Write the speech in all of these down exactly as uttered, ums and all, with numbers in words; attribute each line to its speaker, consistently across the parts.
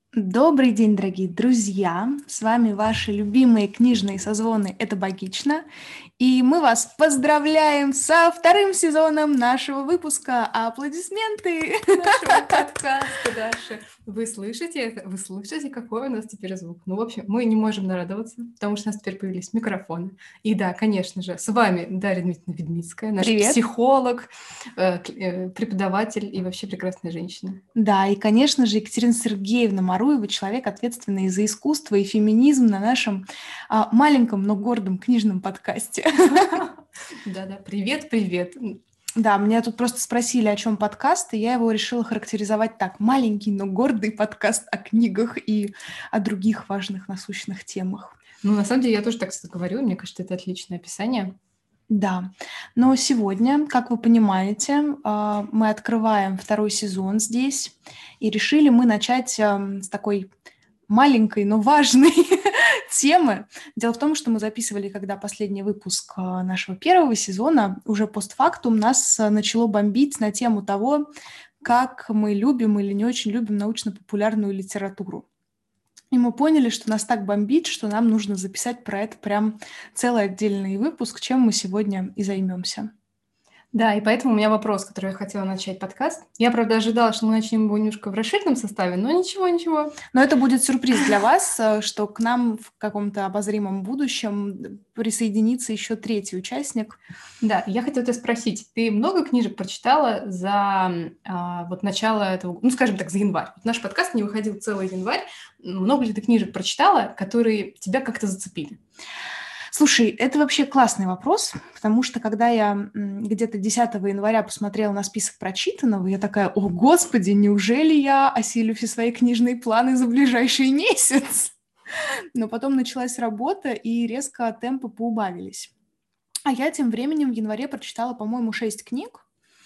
Speaker 1: Добрый день, дорогие друзья! С вами ваши любимые книжные созвоны «Это Богично». И мы вас поздравляем со вторым сезоном нашего выпуска. Аплодисменты!
Speaker 2: Нашего подкаста, Даша. Вы слышите это? Вы слышите, какой у нас теперь звук? Ну, в общем, мы не можем нарадоваться, потому что у нас теперь появились микрофоны. И да, конечно же, с вами Дарья Дмитриевна Ведмицкая, наш
Speaker 1: Привет!
Speaker 2: психолог, э, к- э, преподаватель и вообще прекрасная женщина.
Speaker 1: Да, и, конечно же, Екатерина Сергеевна Маруева, человек, ответственный за искусство и феминизм на нашем а, маленьком, но гордом книжном подкасте.
Speaker 2: Да-да, привет-привет.
Speaker 1: Да, меня тут просто спросили, о чем подкаст, и я его решила характеризовать так. Маленький, но гордый подкаст о книгах и о других важных насущных темах.
Speaker 2: Ну, на самом деле, я тоже так говорю, мне кажется, это отличное описание.
Speaker 1: Да, но сегодня, как вы понимаете, а, мы открываем второй сезон здесь, и решили мы начать ам, с такой маленькой, но важной темы. Дело в том, что мы записывали, когда последний выпуск а, нашего первого сезона, уже постфактум нас а, начало бомбить на тему того, как мы любим или не очень любим научно-популярную литературу. И мы поняли, что нас так бомбит, что нам нужно записать про это прям целый отдельный выпуск, чем мы сегодня и займемся.
Speaker 2: Да, и поэтому у меня вопрос, который я хотела начать подкаст. Я, правда, ожидала, что мы начнем его немножко в расширенном составе, но ничего, ничего.
Speaker 1: Но это будет сюрприз для вас, э, что к нам в каком-то обозримом будущем присоединится еще третий участник.
Speaker 2: Да, я хотела тебя спросить, ты много книжек прочитала за а, вот начало этого, ну, скажем так, за январь? Вот наш подкаст не выходил целый январь. Много ли ты книжек прочитала, которые тебя как-то зацепили?
Speaker 1: Слушай, это вообще классный вопрос, потому что когда я м, где-то десятого января посмотрела на список прочитанного, я такая: о, господи, неужели я осилю все свои книжные планы за ближайший месяц? Но потом началась работа, и резко темпы поубавились. А я тем временем в январе прочитала, по-моему, шесть книг.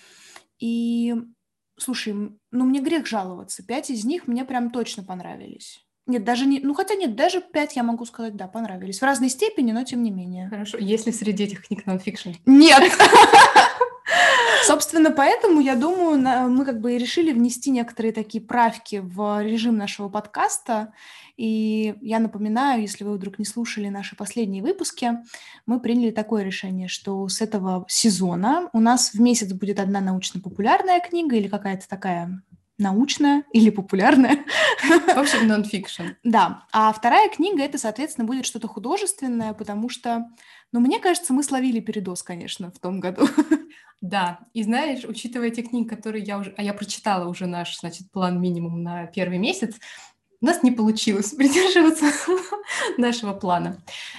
Speaker 1: И, слушай, м, ну мне грех жаловаться. Пять из них мне прям точно понравились. Нет, даже не... Ну, хотя нет, даже пять, я могу сказать, да, понравились. В разной степени, но тем не менее.
Speaker 2: Хорошо, есть ли среди этих книг нонфикшн?
Speaker 1: Нет! Собственно, поэтому, я думаю, на- мы как бы и решили внести некоторые такие правки в режим нашего подкаста. И я напоминаю, если вы вдруг не слушали наши последние выпуски, мы приняли такое решение, что с этого сезона у нас в месяц будет одна научно-популярная книга или какая-то такая научная или популярная.
Speaker 2: В общем, нонфикшн.
Speaker 1: Да, а вторая книга — это, соответственно, будет что-то художественное, потому что, ну, мне кажется, мы словили передоз, конечно, в том году.
Speaker 2: Да, и знаешь, учитывая те книги, которые я уже... А я прочитала уже наш, значит, план минимум на первый месяц, у нас не получилось придерживаться нашего плана.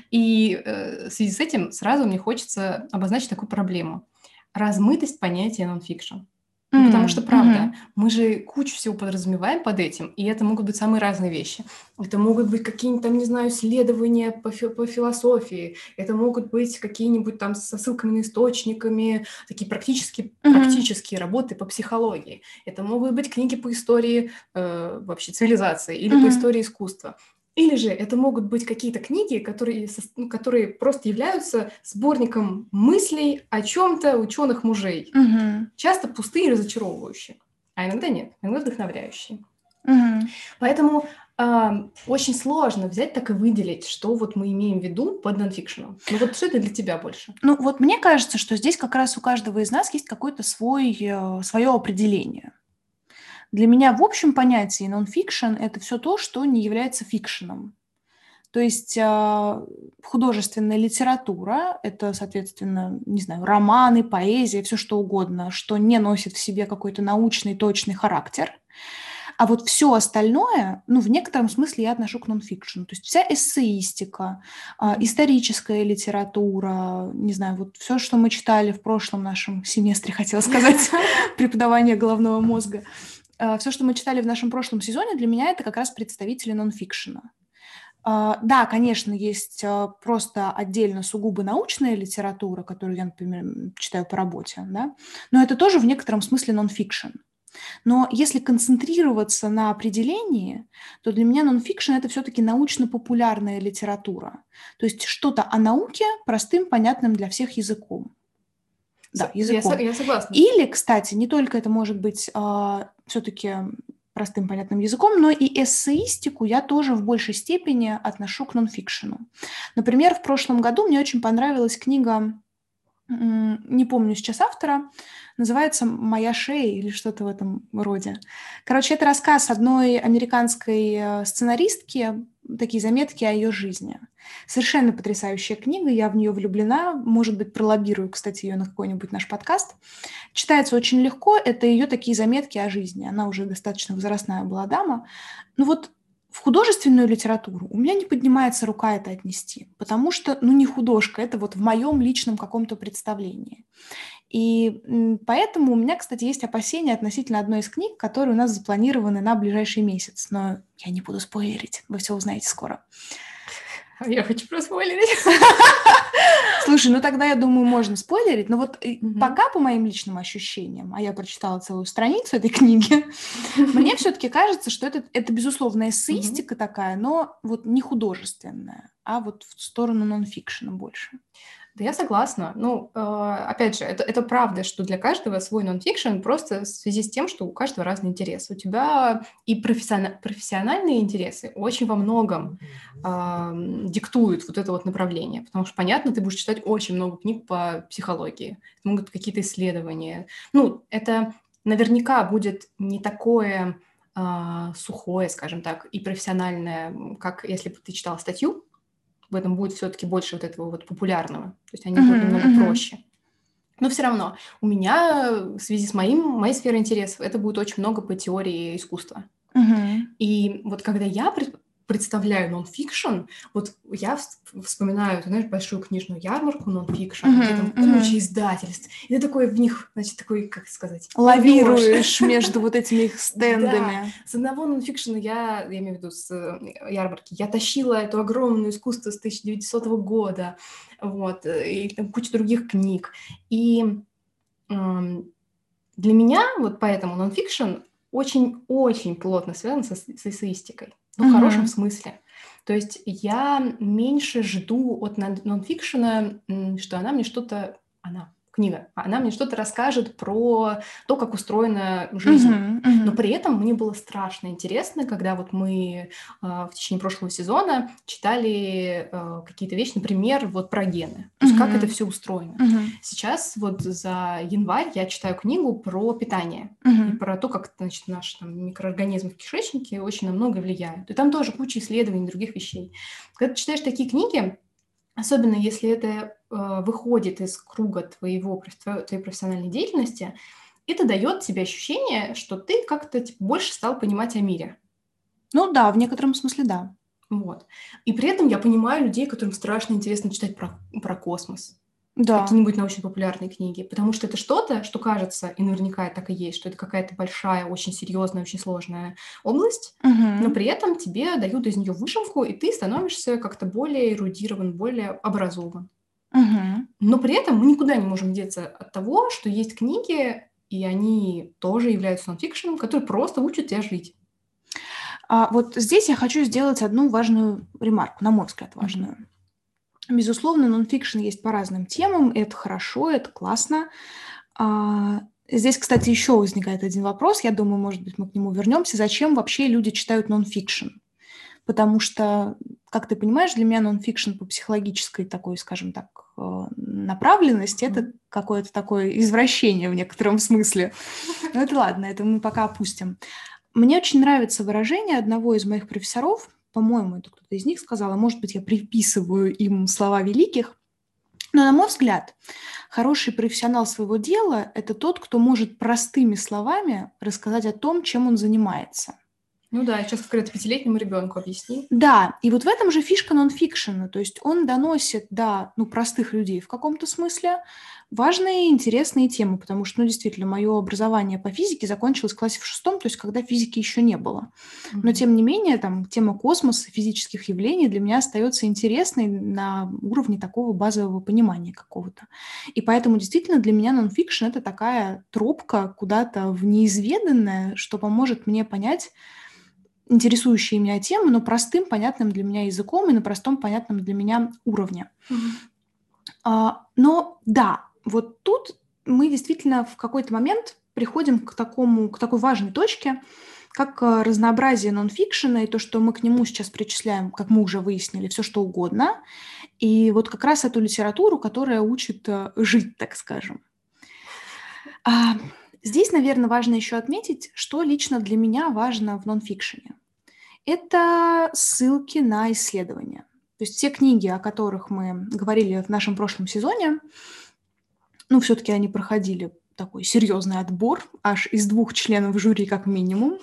Speaker 2: И э, в связи с этим сразу мне хочется обозначить такую проблему. Размытость понятия нонфикшн. Ну, потому что,
Speaker 1: М,
Speaker 2: правда,
Speaker 1: мгм.
Speaker 2: мы же кучу всего подразумеваем под этим, и это могут быть самые разные вещи. Это могут быть какие-нибудь там, не знаю, исследования по, фи- по философии, это могут быть какие-нибудь там со ссылками на источниками, такие практически,
Speaker 1: Мгм.
Speaker 2: практические работы по психологии. Это могут быть книги по истории э, вообще цивилизации или по
Speaker 1: Мгм.
Speaker 2: истории искусства. Или же это могут быть какие-то книги, которые, сос- ну, которые просто являются сборником мыслей о чем-то ученых мужей.
Speaker 1: Мгм.
Speaker 2: Часто пустые и разочаровывающие, а иногда нет, иногда вдохновляющие.
Speaker 1: Мгм.
Speaker 2: Поэтому а, очень сложно взять так и выделить, что вот мы имеем в виду под нонфикшеном. Ну вот что это для тебя больше?
Speaker 1: Ну, вот мне кажется, что здесь как раз у каждого из нас есть какое-то свой, э, свое определение. Для меня в общем понятии нон-фикшн — это все то, что не является фикшеном. То есть а, художественная литература — это, соответственно, не знаю, романы, поэзия, все что угодно, что не носит в себе какой-то научный, точный характер. А вот все остальное, ну, в некотором смысле я отношу к нон-фикшну. То есть вся эссеистика, а, историческая литература, не знаю, вот все, что мы читали в прошлом нашем семестре, хотела сказать, преподавание головного мозга. Все, что мы читали в нашем прошлом сезоне, для меня это как раз представители нон-фикшена. А, Да, конечно, есть а, просто отдельно сугубо научная литература, которую я, например, м, читаю по работе, да, но это тоже в некотором смысле нон-фикшн. Но если концентрироваться на определении, то для меня нон-фикшн — это все-таки научно-популярная литература. То есть что-то о науке простым, понятным для всех языком. Да,
Speaker 2: Я,
Speaker 1: языком.
Speaker 2: я согласна.
Speaker 1: Или, кстати, не только это может быть а, все-таки простым, понятным языком, но и эссеистику я тоже в большей степени отношу к нонфикшену. Например, в прошлом году мне очень понравилась книга, не помню сейчас автора, называется «Моя шея» или что-то в этом роде. Короче, это рассказ одной американской сценаристки, такие заметки о ее жизни. Совершенно потрясающая книга, я в нее влюблена, может быть, пролоббирую, кстати, ее на какой-нибудь наш подкаст. Читается очень легко, это ее такие заметки о жизни. Она уже достаточно возрастная была дама. Ну вот в художественную литературу у меня не поднимается рука это отнести, потому что, ну, не художка, это вот в моем личном каком-то представлении. И поэтому у меня, кстати, есть опасения относительно одной из книг, которые у нас запланированы на ближайший месяц, но я не буду спойлерить, вы все узнаете скоро.
Speaker 2: Я хочу проспойлерить.
Speaker 1: Слушай, ну тогда, я думаю, можно спойлерить, но вот mm-hmm. пока по моим личным ощущениям, а я прочитала целую страницу этой книги, мне все-таки кажется, что это, это безусловно, эссеистика mm-hmm. такая, но вот не художественная, а вот в сторону нонфикшена больше.
Speaker 2: Да, я согласна. Ну, э, опять же, это, это правда, что для каждого свой нонфикшн, просто в связи с тем, что у каждого разные интересы. У тебя и профессиональные, профессиональные интересы очень во многом э, диктуют вот это вот направление. Потому что, понятно, ты будешь читать очень много книг по психологии. Это могут быть какие-то исследования. Ну, это наверняка будет не такое э, сухое, скажем так, и профессиональное, как если бы ты читала статью. В этом будет все-таки больше вот этого вот популярного. То есть они uh-huh, будут немного uh-huh. проще. Но все равно у меня в связи с моим, моей сферой интересов это будет очень много по теории искусства. Uh-huh. И вот когда я представляю нонфикшн, вот я вспоминаю, ты знаешь, большую книжную ярмарку нонфикшн, uh-huh, где там uh-huh. куча издательств, и ты такой в них, значит, такой, как сказать,
Speaker 1: лавируешь между вот этими их стендами.
Speaker 2: Да. С одного нонфикшена я, я имею в виду с ярмарки, я тащила эту огромную искусство с тысяча девятисотого года, вот, и там куча других книг. И эм, для меня вот поэтому нонфикшн очень-очень плотно связан со, с эссеистикой. Ну, в mm-hmm. хорошем смысле. То есть я меньше жду от нонфикшена, что она мне что-то... Она, книга, она мне что-то расскажет про то, как устроена жизнь. Uh-huh, uh-huh. Но при этом мне было страшно интересно, когда вот мы э, в течение прошлого сезона читали э, какие-то вещи, например, вот про гены. То есть uh-huh. как это все устроено. Uh-huh. Сейчас вот за январь я читаю книгу про питание. Uh-huh. И про то, как, значит, наши там, микроорганизмы в кишечнике очень на многое влияют. И там тоже куча исследований других вещей. Когда ты читаешь такие книги, особенно если это э, выходит из круга твоего, твоей профессиональной деятельности, это дает тебе ощущение, что ты как-то типа, больше стал понимать о мире.
Speaker 1: Ну да, в некотором смысле да.
Speaker 2: Вот. И при этом я понимаю людей, которым страшно интересно читать про, про космос.
Speaker 1: Да.
Speaker 2: Какие-нибудь научно-популярные книги. Потому что это что-то, что кажется, и наверняка так и есть, что это какая-то большая, очень серьезная, очень сложная область, uh-huh. но при этом тебе дают из нее вышивку, и ты становишься как-то более эрудирован, более образован.
Speaker 1: Uh-huh.
Speaker 2: Но при этом мы никуда не можем деться от того, что есть книги, и они тоже являются нонфикшеном, которые просто учат тебя жить.
Speaker 1: А вот здесь я хочу сделать одну важную ремарку, на мой взгляд, важную. Uh-huh. Безусловно, нонфикшн есть по разным темам, это хорошо, это классно. Здесь, кстати, еще возникает один вопрос, я думаю, может быть, мы к нему вернемся. Зачем вообще люди читают нонфикшн? Потому что, как ты понимаешь, для меня нонфикшн по психологической такой, скажем так, направленности, это какое-то такое извращение в некотором смысле. Но это ладно, это мы пока опустим. Мне очень нравится выражение одного из моих профессоров, по-моему, это кто-то из них сказал, а может быть, я приписываю им слова великих. Но, на мой взгляд, хороший профессионал своего дела – это тот, кто может простыми словами рассказать о том, чем он занимается.
Speaker 2: Ну да, сейчас как это пятилетнему ребенку объясни.
Speaker 1: Да, и вот в этом же фишка нонфикшена, то есть он доносит до ну, простых людей в каком-то смысле важные и интересные темы, потому что, ну, действительно, мое образование по физике закончилось в классе в шестом, то есть когда физики еще не было. Но, mm-hmm. тем не менее, там, тема космоса, физических явлений для меня остается интересной на уровне такого базового понимания какого-то. И поэтому, действительно, для меня нонфикшн – это такая тропка куда-то в неизведанное, что поможет мне понять интересующие меня темы, но простым, понятным для меня языком и на простом, понятном для меня уровне. Mm-hmm. А, но да, вот тут мы действительно в какой-то момент приходим к такому, к такой важной точке, как э, разнообразие нонфикшена и то, что мы к нему сейчас причисляем, как мы уже выяснили, все что угодно. И вот как раз эту литературу, которая учит э, жить, так скажем. А, здесь, наверное, важно еще отметить, что лично для меня важно в нонфикшене. Это ссылки на исследования. То есть те книги, о которых мы говорили в нашем прошлом сезоне, ну, все-таки они проходили такой серьезный отбор, аж из двух членов жюри как минимум.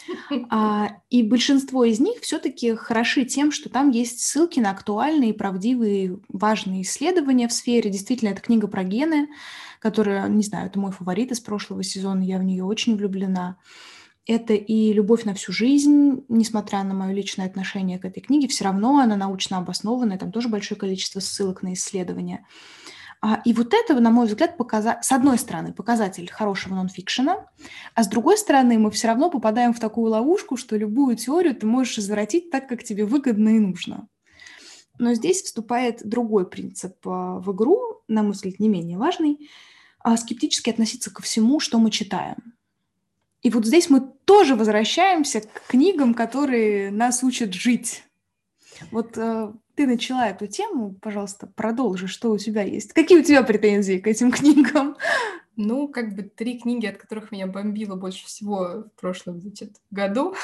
Speaker 1: А, и большинство из них все-таки хороши тем, что там есть ссылки на актуальные, правдивые, важные исследования в сфере. Действительно, это книга про гены, которая, не знаю, это мой фаворит из прошлого сезона, я в нее очень влюблена. Это и «Любовь на всю жизнь», несмотря на мое личное отношение к этой книге, все равно она научно обоснованная, там тоже большое количество ссылок на исследования. А, И вот это, на мой взгляд, показа- с одной стороны, показатель хорошего нонфикшена, а с другой стороны, мы все равно попадаем в такую ловушку, что любую теорию ты можешь извратить так, как тебе выгодно и нужно. Но здесь вступает другой принцип а, в игру, на мой взгляд, не менее важный, а, скептически относиться ко всему, что мы читаем. И вот здесь мы тоже возвращаемся к книгам, которые нас учат жить. Вот э, ты начала эту тему, пожалуйста, продолжи, что у тебя есть. Какие у тебя претензии к этим книгам?
Speaker 2: Ну, как бы три книги, от которых меня бомбило больше всего в прошлом, значит, году.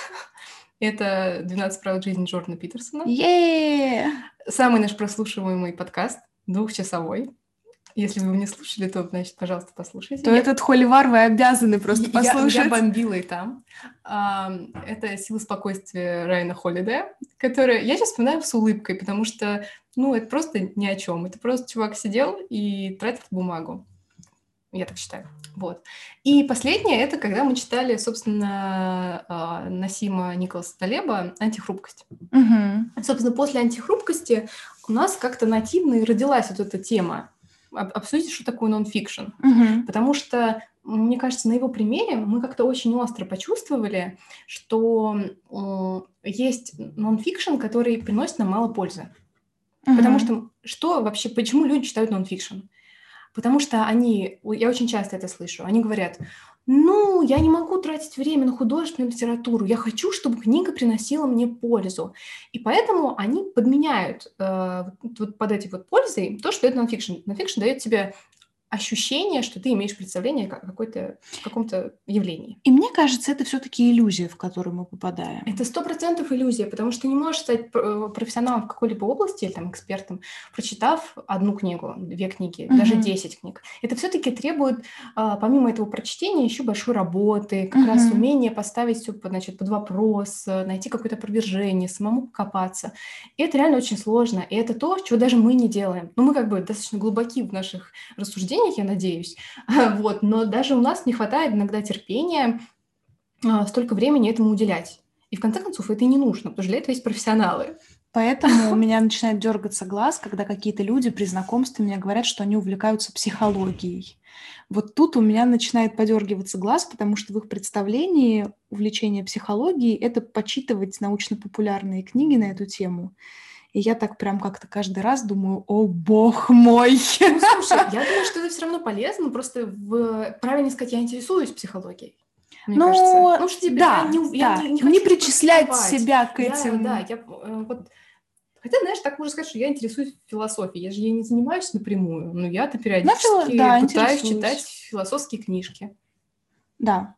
Speaker 2: Это «двенадцать правил жизни» Джордана Питерсона.
Speaker 1: Е-е-е!
Speaker 2: Самый наш прослушиваемый подкаст, двухчасовой. Если вы его не слушали, то, значит, пожалуйста, послушайте.
Speaker 1: То
Speaker 2: Я-
Speaker 1: этот холивар вы обязаны просто
Speaker 2: я, я
Speaker 1: послушать.
Speaker 2: бомбила и там. Ам, это «Сила спокойствия» Райана Холлидея, которая я сейчас вспоминаю с улыбкой, потому что, ну, это просто ни о чем. Это просто чувак сидел и тратил бумагу. Я так считаю. Вот. И последнее, это когда мы читали, собственно, а, Насима Николаса Талеба «Антихрупкость».
Speaker 1: Мгм.
Speaker 2: Собственно, после «Антихрупкости» у нас как-то нативно и родилась вот эта тема об- обсудить, что такое нон-фикшн.
Speaker 1: Мгм.
Speaker 2: Потому что, м, мне кажется, на его примере мы как-то очень остро почувствовали, что м, есть нон-фикшн, который приносит нам мало пользы. Потому
Speaker 1: Мгм.
Speaker 2: что что вообще, почему люди читают нон-фикшн? Потому что они, о, я очень часто это слышу, они говорят, ну, я не могу тратить время на художественную литературу, я хочу, чтобы книга приносила мне пользу. И поэтому они подменяют э, вот, вот под этой вот пользой то, что дает нонфикшн. Нонфикшн дает тебе ощущение, что ты имеешь представление о какой-то, каком-то явлении.
Speaker 1: И мне кажется, это все-таки иллюзия, в которую мы попадаем.
Speaker 2: Это сто процентов иллюзия, потому что ты не можешь стать э, профессионалом в какой-либо области или там экспертом, прочитав одну книгу, две книги, даже
Speaker 1: Мгм.
Speaker 2: десять книг. Это все-таки требует, а, помимо этого прочтения, еще большой работы, как раз
Speaker 1: Мгм.
Speaker 2: умение поставить все под, значит, под вопрос, э, найти какое-то опровержение, самому покопаться. И это реально очень сложно. И это то, чего даже мы не делаем. Ну, мы как бы достаточно глубоки в наших рассуждениях, я надеюсь. Вот. Но даже у нас не хватает иногда терпения а, столько времени этому уделять. И в конце концов это и не нужно, потому что для этого есть профессионалы.
Speaker 1: Поэтому у меня начинает дергаться глаз, когда какие-то люди при знакомстве мне говорят, что они увлекаются психологией. Вот тут у меня начинает подергиваться глаз, потому что в их представлении увлечение психологией — это почитывать научно-популярные книги на эту тему. И я так прям как-то каждый раз думаю: о, бог мой!
Speaker 2: Ну, слушай, я думаю, что это все равно полезно, просто в... правильно сказать, я интересуюсь психологией, мне кажется.
Speaker 1: Ну,
Speaker 2: Ну, что тебе, я
Speaker 1: да,
Speaker 2: не, я
Speaker 1: да,
Speaker 2: не, не
Speaker 1: не
Speaker 2: хочу
Speaker 1: причислять
Speaker 2: практиковать.
Speaker 1: себя к
Speaker 2: Я, да,
Speaker 1: этим.
Speaker 2: я э, вот... Хотя, знаешь, так можно сказать, что я интересуюсь философией. Я же ей не занимаюсь напрямую, но я-то
Speaker 1: Ну, фило-
Speaker 2: периодически
Speaker 1: да,
Speaker 2: пытаюсь читать
Speaker 1: интересуюсь.
Speaker 2: философские книжки.
Speaker 1: Да.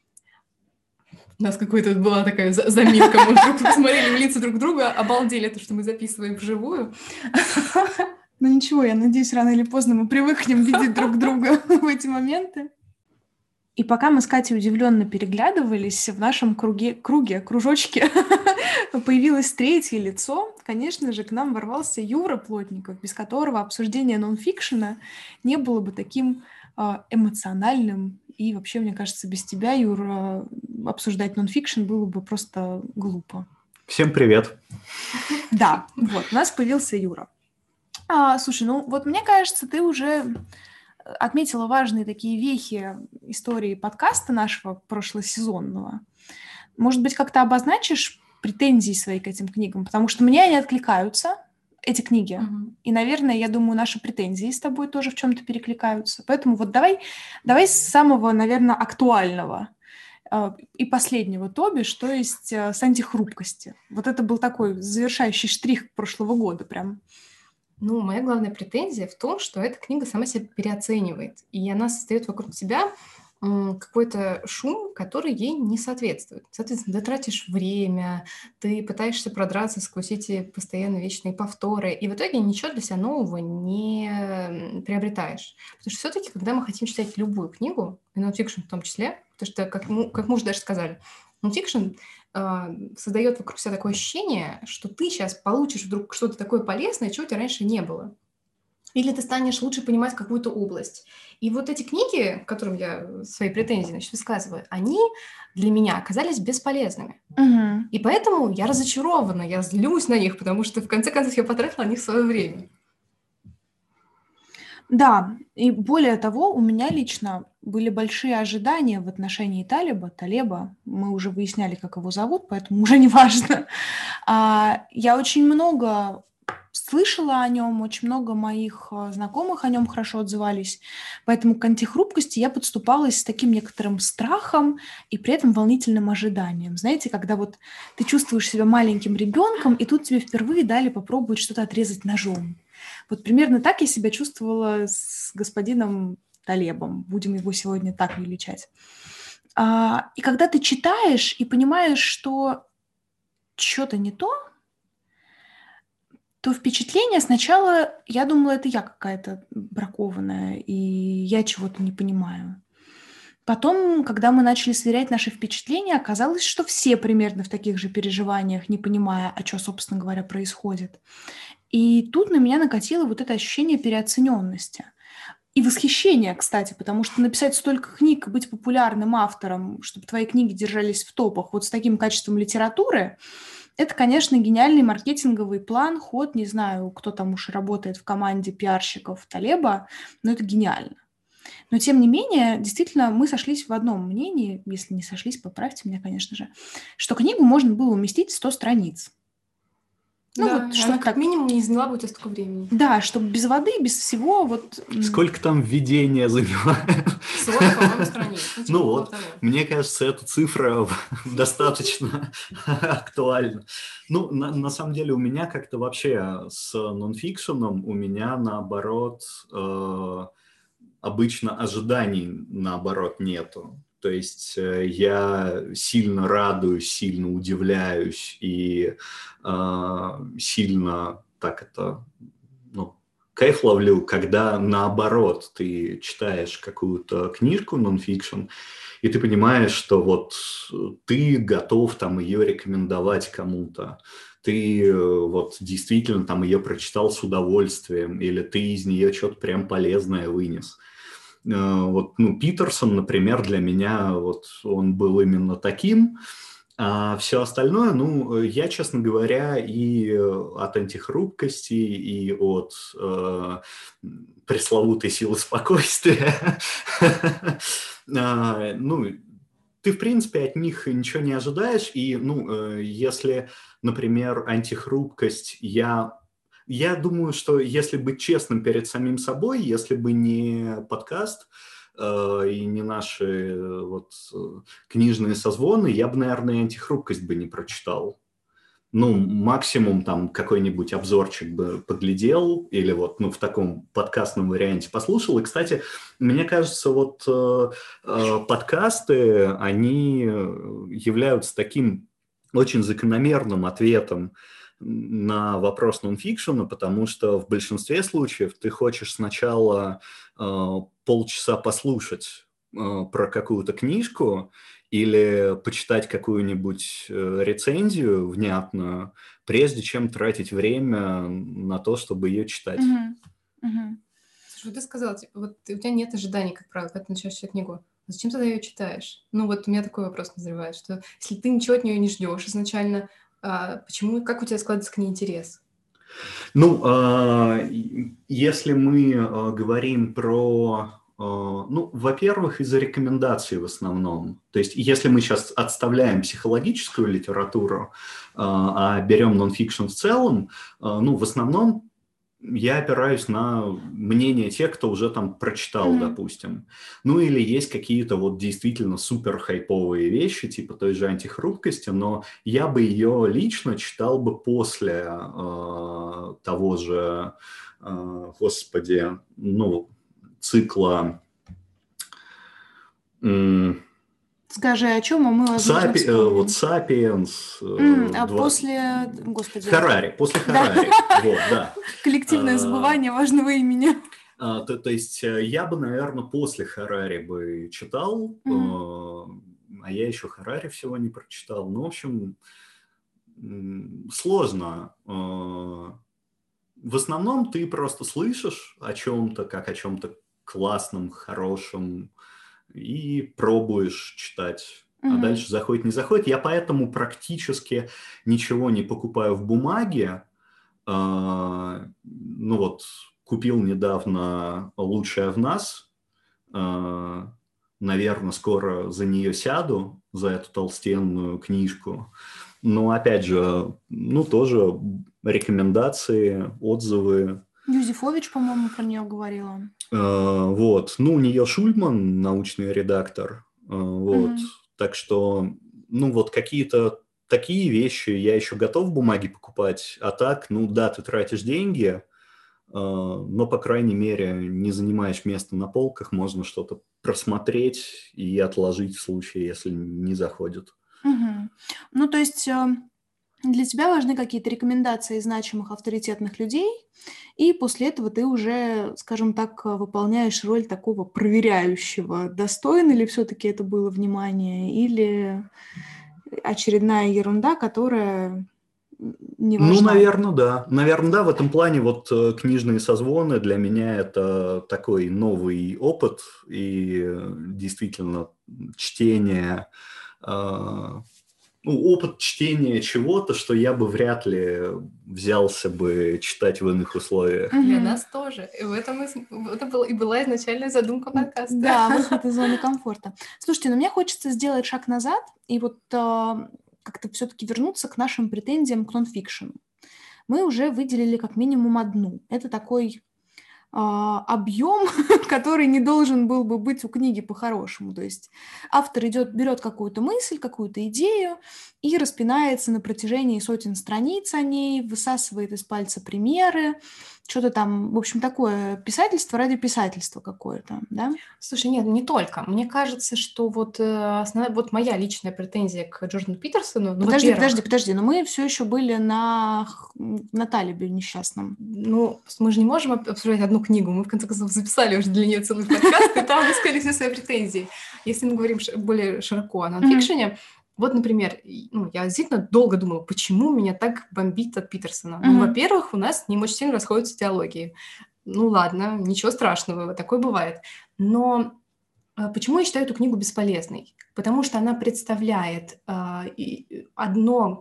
Speaker 2: У нас какая-то была такая за- заминка, мы вдруг посмотрели в лица друг друга, обалдели, то, что мы записываем вживую.
Speaker 1: Ну ничего, я надеюсь, рано или поздно мы привыкнем видеть друг друга в эти моменты. И пока мы с Катей удивленно переглядывались, в нашем круге, круге, кружочке появилось третье лицо. Конечно же, к нам ворвался Юра Плотников, без которого обсуждение нонфикшена не было бы таким а, эмоциональным. И вообще, мне кажется, без тебя, Юра, обсуждать нонфикшн было бы просто глупо.
Speaker 3: Всем привет.
Speaker 1: Да, вот, у нас появился Юра. А, слушай, ну вот мне кажется, ты уже отметила важные такие вехи истории подкаста нашего прошлосезонного. Может быть, как-то обозначишь претензии свои к этим книгам? Потому что мне они откликаются, эти книги.
Speaker 2: Мгм.
Speaker 1: И, наверное, я думаю, наши претензии с тобой тоже в чем-то перекликаются. Поэтому вот давай, давай с самого, наверное, актуального. и последнего то бишь, то есть с антихрупкости. Вот это был такой завершающий штрих прошлого года прям.
Speaker 2: Ну, моя главная претензия в том, что эта книга сама себя переоценивает, и она создает вокруг себя какой-то шум, который ей не соответствует. Соответственно, ты тратишь время, ты пытаешься продраться сквозь эти постоянно вечные повторы, и в итоге ничего для себя нового не приобретаешь. Потому что все-таки, когда мы хотим читать любую книгу, и нонфикшн в том числе, потому что, как, мы, как мы уже даже сказали, нонфикшн э, создает вокруг себя такое ощущение, что ты сейчас получишь вдруг что-то такое полезное, чего у тебя раньше не было. Или ты станешь лучше понимать какую-то область. И вот эти книги, которым я свои претензии, значит, высказываю, они для меня оказались бесполезными.
Speaker 1: Угу.
Speaker 2: И поэтому я разочарована, я злюсь на них, потому что, в конце концов, я потратила на них свое время.
Speaker 1: Да, и более того, у меня лично были большие ожидания в отношении Талеба, Талеба. Мы уже выясняли, как его зовут, поэтому уже не важно. А, я очень много слышала о нем, очень много моих знакомых о нем хорошо отзывались, поэтому к антихрупкости я подступалась с таким некоторым страхом и при этом волнительным ожиданием. Знаете, когда вот ты чувствуешь себя маленьким ребенком, и тут тебе впервые дали попробовать что-то отрезать ножом. Вот примерно так я себя чувствовала с господином Талебом. Будем его сегодня так величать. А, и когда ты читаешь и понимаешь, что что-то не то, то впечатление сначала, я думала, это я какая-то бракованная, и я чего-то не понимаю. Потом, когда мы начали сверять наши впечатления, оказалось, что все примерно в таких же переживаниях, не понимая, а что, собственно говоря, происходит. И тут на меня накатило вот это ощущение переоцененности. И восхищение, кстати, потому что написать столько книг, быть популярным автором, чтобы твои книги держались в топах вот с таким качеством литературы, это, конечно, гениальный маркетинговый план, ход, не знаю, кто там уж работает в команде пиарщиков Талеба, но это гениально. Но, тем не менее, действительно, мы сошлись в одном мнении, если не сошлись, поправьте меня, конечно же, что книгу можно было уместить в сто страниц.
Speaker 2: Ну, да, вот, она как так... минимум не заняла бы у тебя столько времени.
Speaker 1: Да, чтобы без воды, без всего. Вот...
Speaker 3: Сколько там введения занимает?
Speaker 2: сорок, по-моему, страниц. Ну,
Speaker 3: ну вот, того. Мне кажется, эта цифра достаточно актуальна. Ну, на, на самом деле, у меня как-то вообще с нонфикшеном, у меня наоборот, э, обычно ожиданий наоборот нету. То есть я сильно радуюсь, сильно удивляюсь и э, сильно так это, ну, кайф ловлю, когда наоборот ты читаешь какую-то книжку нонфикшн, и ты понимаешь, что вот ты готов там ее рекомендовать кому-то. Ты вот действительно там ее прочитал с удовольствием, или ты из нее что-то прям полезное вынес. Вот, ну, Питерсон, например, для меня вот он был именно таким, а все остальное, ну, я, честно говоря, и от антихрупкости, и от э, пресловутой силы спокойствия, ну, ты, в принципе, от них ничего не ожидаешь, и, ну, если, например, антихрупкость я... Я думаю, что если быть честным перед самим собой, если бы не подкаст э, и не наши э, вот, книжные созвоны, я бы, наверное, и антихрупкость бы не прочитал. Ну, максимум там какой-нибудь обзорчик бы поглядел или вот ну, в таком подкастном варианте послушал. И, кстати, мне кажется, вот э, э, подкасты, они являются таким очень закономерным ответом на вопрос нонфикшена, потому что в большинстве случаев ты хочешь сначала э, полчаса послушать э, про какую-то книжку или почитать какую-нибудь э, рецензию внятную, прежде чем тратить время на то, чтобы ее читать.
Speaker 1: Uh-huh. Uh-huh.
Speaker 2: Слушай, вот ты сказала, типа, вот у тебя нет ожиданий, как правило, когда ты начинаешь читать книгу. А зачем тогда ее читаешь? Ну вот у меня такой вопрос назревает, что если ты ничего от нее не ждешь изначально, а почему, как у тебя складывается к ней интерес?
Speaker 3: Ну, э, если мы э, говорим про... Э, ну, во-первых, из-за рекомендаций в основном. То есть, если мы сейчас отставляем психологическую литературу, э, а берем нонфикшн в целом, э, ну, в основном я опираюсь на мнение тех, кто уже там прочитал,
Speaker 1: Мгм.
Speaker 3: допустим. Ну или есть какие-то вот действительно супер хайповые вещи, типа той же антихрупкости, но я бы ее лично читал бы после э, того же, э, господи, ну, цикла м,
Speaker 1: Скажи, о чем, а мы, возможно,
Speaker 3: Сапи- э, вот
Speaker 1: вспомним.
Speaker 3: «Сапиенс»,
Speaker 1: М,
Speaker 3: э,
Speaker 1: а
Speaker 3: два-
Speaker 1: после, господи,
Speaker 3: Харари, после
Speaker 1: да,
Speaker 3: Харари, вот, да.
Speaker 1: коллективное
Speaker 3: А,
Speaker 1: забывание важного имени.
Speaker 3: а, то, то есть э, я бы, наверное, после Харари бы читал, э,
Speaker 1: Мгм.
Speaker 3: а я еще Харари всего не прочитал. Ну, в общем, м, сложно. Э, В основном ты просто слышишь о чем-то, как о чем-то классном, хорошем, и пробуешь читать. А
Speaker 1: Мгм.
Speaker 3: дальше заходит, не заходит. Я поэтому практически ничего не покупаю в бумаге. А, ну вот, купил недавно «Лучшее в нас». А, наверное, скоро за нее сяду, за эту толстенную книжку. Но, опять же, ну, тоже рекомендации, отзывы.
Speaker 1: Юзефович, по-моему, про нее говорила.
Speaker 3: А, вот. Ну, у нее Шульман, научный редактор. А, вот.
Speaker 1: Мгм.
Speaker 3: Так что, ну, вот какие-то такие вещи я еще готов в бумаге покупать, а так, ну да, ты тратишь деньги, а, но, по крайней мере, не занимаешь место на полках, можно что-то просмотреть и отложить в случае, если не заходит.
Speaker 1: Мгм. Ну, то есть э, для тебя важны какие-то рекомендации значимых авторитетных людей, и после этого ты уже, скажем так, э, выполняешь роль такого проверяющего, достойно ли все-таки это было внимание, или очередная ерунда, которая н- не
Speaker 3: Ну,
Speaker 1: важна.
Speaker 3: наверное, да. Наверное, да. В этом плане вот э, книжные созвоны для меня это такой новый опыт и э, действительно чтение, э, ну, опыт чтения чего-то, что я бы вряд ли взялся бы читать в иных условиях.
Speaker 2: Для
Speaker 1: Мгм.
Speaker 2: нас тоже. И в этом и с- это была, и была изначальная задумка
Speaker 1: М,
Speaker 2: подкаста.
Speaker 1: Да, выход из зоны комфорта. Слушайте, ну мне хочется сделать шаг назад и вот а, как-то все-таки вернуться к нашим претензиям к нонфикшену. Мы уже выделили как минимум одну. Это такой а, объем, который не должен был бы быть у книги по-хорошему. То есть автор идет, берет какую-то мысль, какую-то идею и распинается на протяжении сотен страниц о ней, высасывает из пальца примеры, что-то там, в общем, такое писательство ради писательства какое-то, да?
Speaker 2: Слушай, нет, не только. Мне кажется, что вот, э, основная, вот моя личная претензия к Джордану Питерсону, ну,
Speaker 1: Подожди, подожди,
Speaker 2: во-первых,
Speaker 1: подожди, но мы все еще были на, х- на Талибе несчастном.
Speaker 2: ну, мы же не можем об- обсуждать одну книгу. Мы, в конце концов, записали уже для нее целый подкаст, и там высказали все свои претензии. Если мы говорим ш- более широко о
Speaker 1: Мгм.
Speaker 2: нонфикшене, вот, например, и, ну, я действительно долго думала, почему меня так бомбит от Питерсона. Ну,
Speaker 1: Мгм.
Speaker 2: во-первых, у нас с ним очень сильно расходятся теологии. Ну, ладно, ничего страшного, такое бывает. Но а, почему я считаю эту книгу бесполезной? Потому что она представляет а, и- одно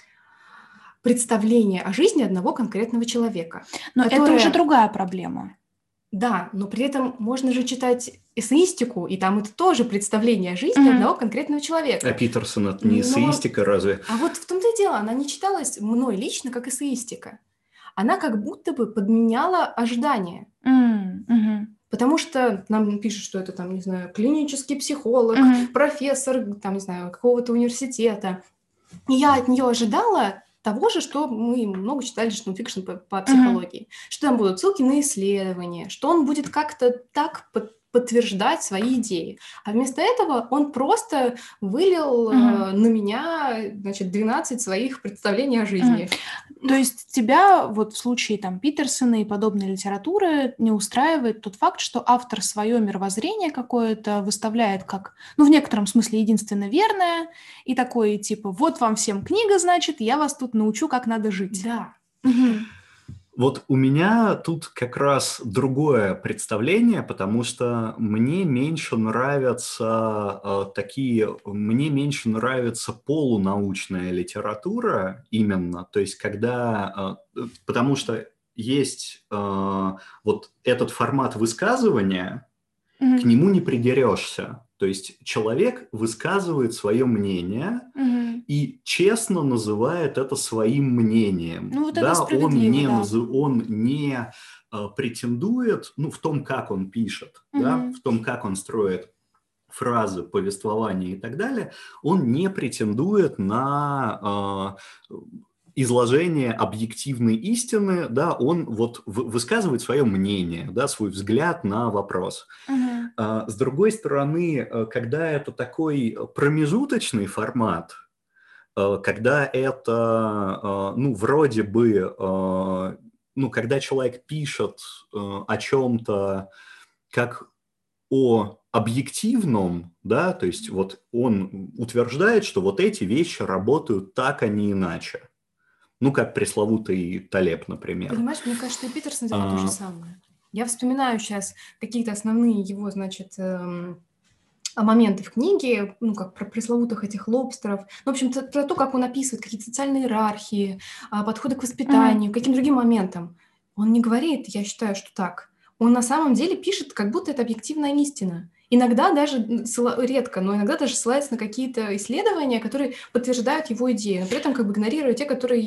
Speaker 2: представление о жизни одного конкретного человека,
Speaker 1: Но это уже
Speaker 2: которое,
Speaker 1: другая проблема.
Speaker 2: да, но при этом можно же читать эссеистику, и там это тоже представление о жизни
Speaker 1: Мгм.
Speaker 2: одного конкретного
Speaker 3: А
Speaker 2: человека.
Speaker 3: Питерсон это не
Speaker 2: Но,
Speaker 3: эссеистика разве?
Speaker 2: а вот в том-то и дело, она не читалась мной лично как эссеистика. Она как будто бы подменяла ожидания.
Speaker 1: М, мгм.
Speaker 2: Потому что нам пишут, что это там, не знаю, клинический психолог,
Speaker 1: Мгм.
Speaker 2: профессор, там, не знаю, какого-то университета. И я от нее ожидала того же, что мы много читали же нонфикшн по, по
Speaker 1: Мгм.
Speaker 2: психологии. Что там будут ссылки на исследования, что он будет как-то так под- подтверждать свои идеи. А вместо этого он просто вылил
Speaker 1: Мгм.
Speaker 2: э, на меня, значит, двенадцать своих представлений о
Speaker 1: Мгм.
Speaker 2: жизни.
Speaker 1: То есть тебя вот в случае там Питерсона и подобной литературы не устраивает тот факт, что автор свое мировоззрение какое-то выставляет как, ну, в некотором смысле единственно верное, и такое типа «вот вам всем книга, значит, я вас тут научу, как надо жить».
Speaker 2: Да.
Speaker 1: Мгм.
Speaker 3: Вот у меня тут как раз другое представление, потому что мне меньше нравятся э, такие, мне меньше нравится полунаучная литература именно, то есть когда, э, потому что есть э, вот этот формат высказывания, к
Speaker 1: Мгм.
Speaker 3: нему не придерешься, то есть человек высказывает свое мнение,
Speaker 1: Мгм.
Speaker 3: и честно называет это своим мнением.
Speaker 1: Ну, вот это
Speaker 3: Да, он
Speaker 1: справедливо,
Speaker 3: не,
Speaker 1: да.
Speaker 3: назы- он не э, претендует, ну, в том, как он пишет, да,
Speaker 1: Мгм.
Speaker 3: в том, как он строит фразы, повествования и так далее, он не претендует на э, изложение объективной истины, да, он вот в- высказывает свое мнение, да, свой взгляд на вопрос.
Speaker 1: Мгм.
Speaker 3: А, С другой стороны, э, когда это такой промежуточный формат, э, когда это, э, ну, вроде бы, э, ну, когда человек пишет э, о чем-то как о объективном, да, то есть вот он утверждает, что вот эти вещи работают так, а не иначе. Ну, как пресловутый Талеб, например.
Speaker 2: Понимаешь, мне кажется, и Питерсон делает то же
Speaker 3: А,
Speaker 2: самое. Я вспоминаю сейчас какие-то основные его, значит, эм, а, моменты в книге, ну, как про пресловутых этих лобстеров. Ну, в общем, т- про то, как он описывает какие-то социальные иерархии, а, подходы к
Speaker 1: Мгм.
Speaker 2: воспитанию, к каким другим моментам. Он не говорит, я считаю, что так. Он на самом деле пишет, как будто это объективная истина. Иногда даже, м, ссыла- редко, но иногда даже ссылается на какие-то исследования, которые подтверждают его идею, но при этом как бы игнорируя те, которые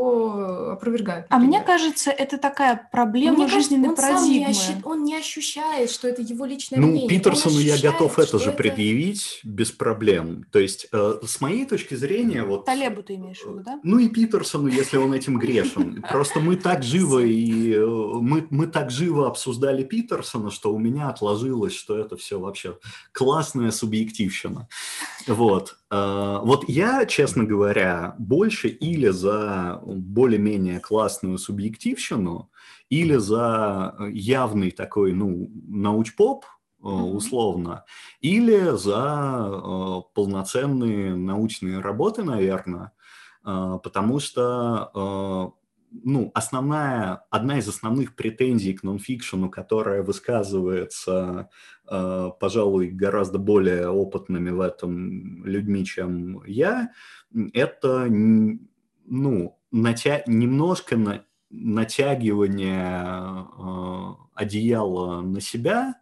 Speaker 2: ее опровергают,
Speaker 1: А мне
Speaker 2: например.
Speaker 1: кажется, это такая
Speaker 2: Но
Speaker 1: проблема
Speaker 2: мне кажется,
Speaker 1: жизненной
Speaker 2: он сам не, ощу-
Speaker 1: парадигмы.
Speaker 2: он не ощущает, что это его личное
Speaker 3: Ну,
Speaker 2: мнение. Он
Speaker 3: Питерсону я готов
Speaker 2: ощущает,
Speaker 3: это
Speaker 2: что
Speaker 3: же
Speaker 2: это...
Speaker 3: предъявить без проблем. То есть, э, с моей точки зрения, вот,
Speaker 1: Талебу ты имеешь в
Speaker 3: э,
Speaker 1: виду, да?
Speaker 3: ну и Питерсону, если он этим грешен. Просто мы так живо
Speaker 2: Всё.
Speaker 3: и э, мы, мы так живо обсуждали Питерсона, что у меня отложилось, что это все вообще классная субъективщина. Вот. Э, Вот я, честно говоря, больше или за более-менее классную субъективщину, или за явный такой, ну, научпоп, э,
Speaker 1: Мгм.
Speaker 3: условно, или за э, полноценные научные работы, наверное, э, потому что, э, ну, основная, одна из основных претензий к нонфикшену, которая высказывается, э, пожалуй, гораздо более опытными в этом людьми, чем я, м, это, н- ну, натя- немножко на- натягивание э, одеяла на себя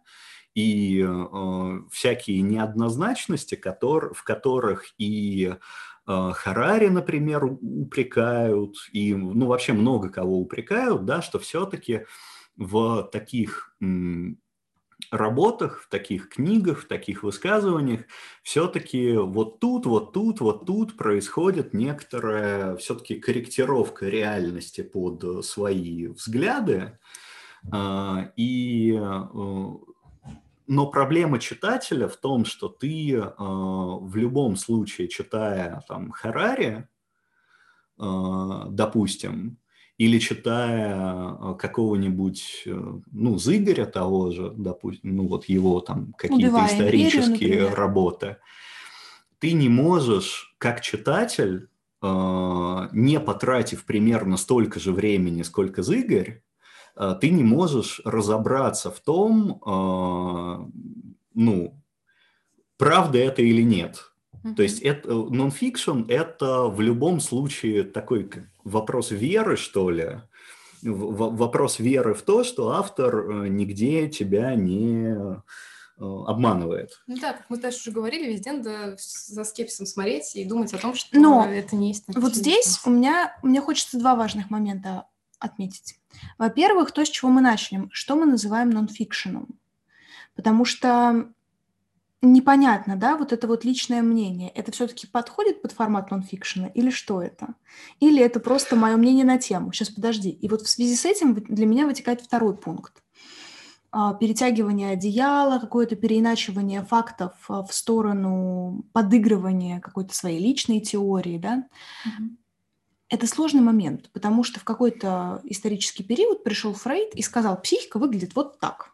Speaker 3: и э, всякие неоднозначности, котор- в которых и э, Харари, например, у- упрекают, и, ну, вообще много кого упрекают, да, что все-таки в таких м, работах, в таких книгах, в таких высказываниях все-таки вот тут, вот тут, вот тут происходит некоторая все-таки корректировка реальности под э, свои взгляды. А, И э, но проблема читателя в том, что ты э, в любом случае, читая там Харари, э, допустим, или читая э, какого-нибудь, э, ну, Зыгоря того же, допустим, ну, вот его там какие-то
Speaker 1: Убивая империю,
Speaker 3: исторические
Speaker 1: например.
Speaker 3: работы, ты не можешь, как читатель, э, не потратив примерно столько же времени, сколько Зыгорь, э, ты не можешь разобраться в том, э, ну, правда это или нет. То есть
Speaker 2: Мгм.
Speaker 3: это нон-фикшн, это в любом случае такой как вопрос веры, что ли. В- в- вопрос веры в то, что автор э, нигде тебя не э, обманывает.
Speaker 2: Ну да, как мы дальше уже говорили, везде надо с- за скепсисом смотреть и думать о том, что
Speaker 1: Но
Speaker 2: это не есть
Speaker 1: вот здесь у меня, мне хочется два важных момента отметить. Во-первых, то, с чего мы начали, что мы называем нонфикшеном. Потому что непонятно, да, вот это вот личное мнение, это все-таки подходит под формат нонфикшена или что это? Или это просто мое мнение на тему? Сейчас, подожди. И вот в связи с этим вы- для меня вытекает второй пункт. А, Перетягивание одеяла, какое-то переиначивание фактов а, в сторону подыгрывания какой-то своей личной теории, да.
Speaker 2: Мгм.
Speaker 1: Это сложный момент, потому что в какой-то исторический период пришел Фрейд и сказал, психика выглядит вот так.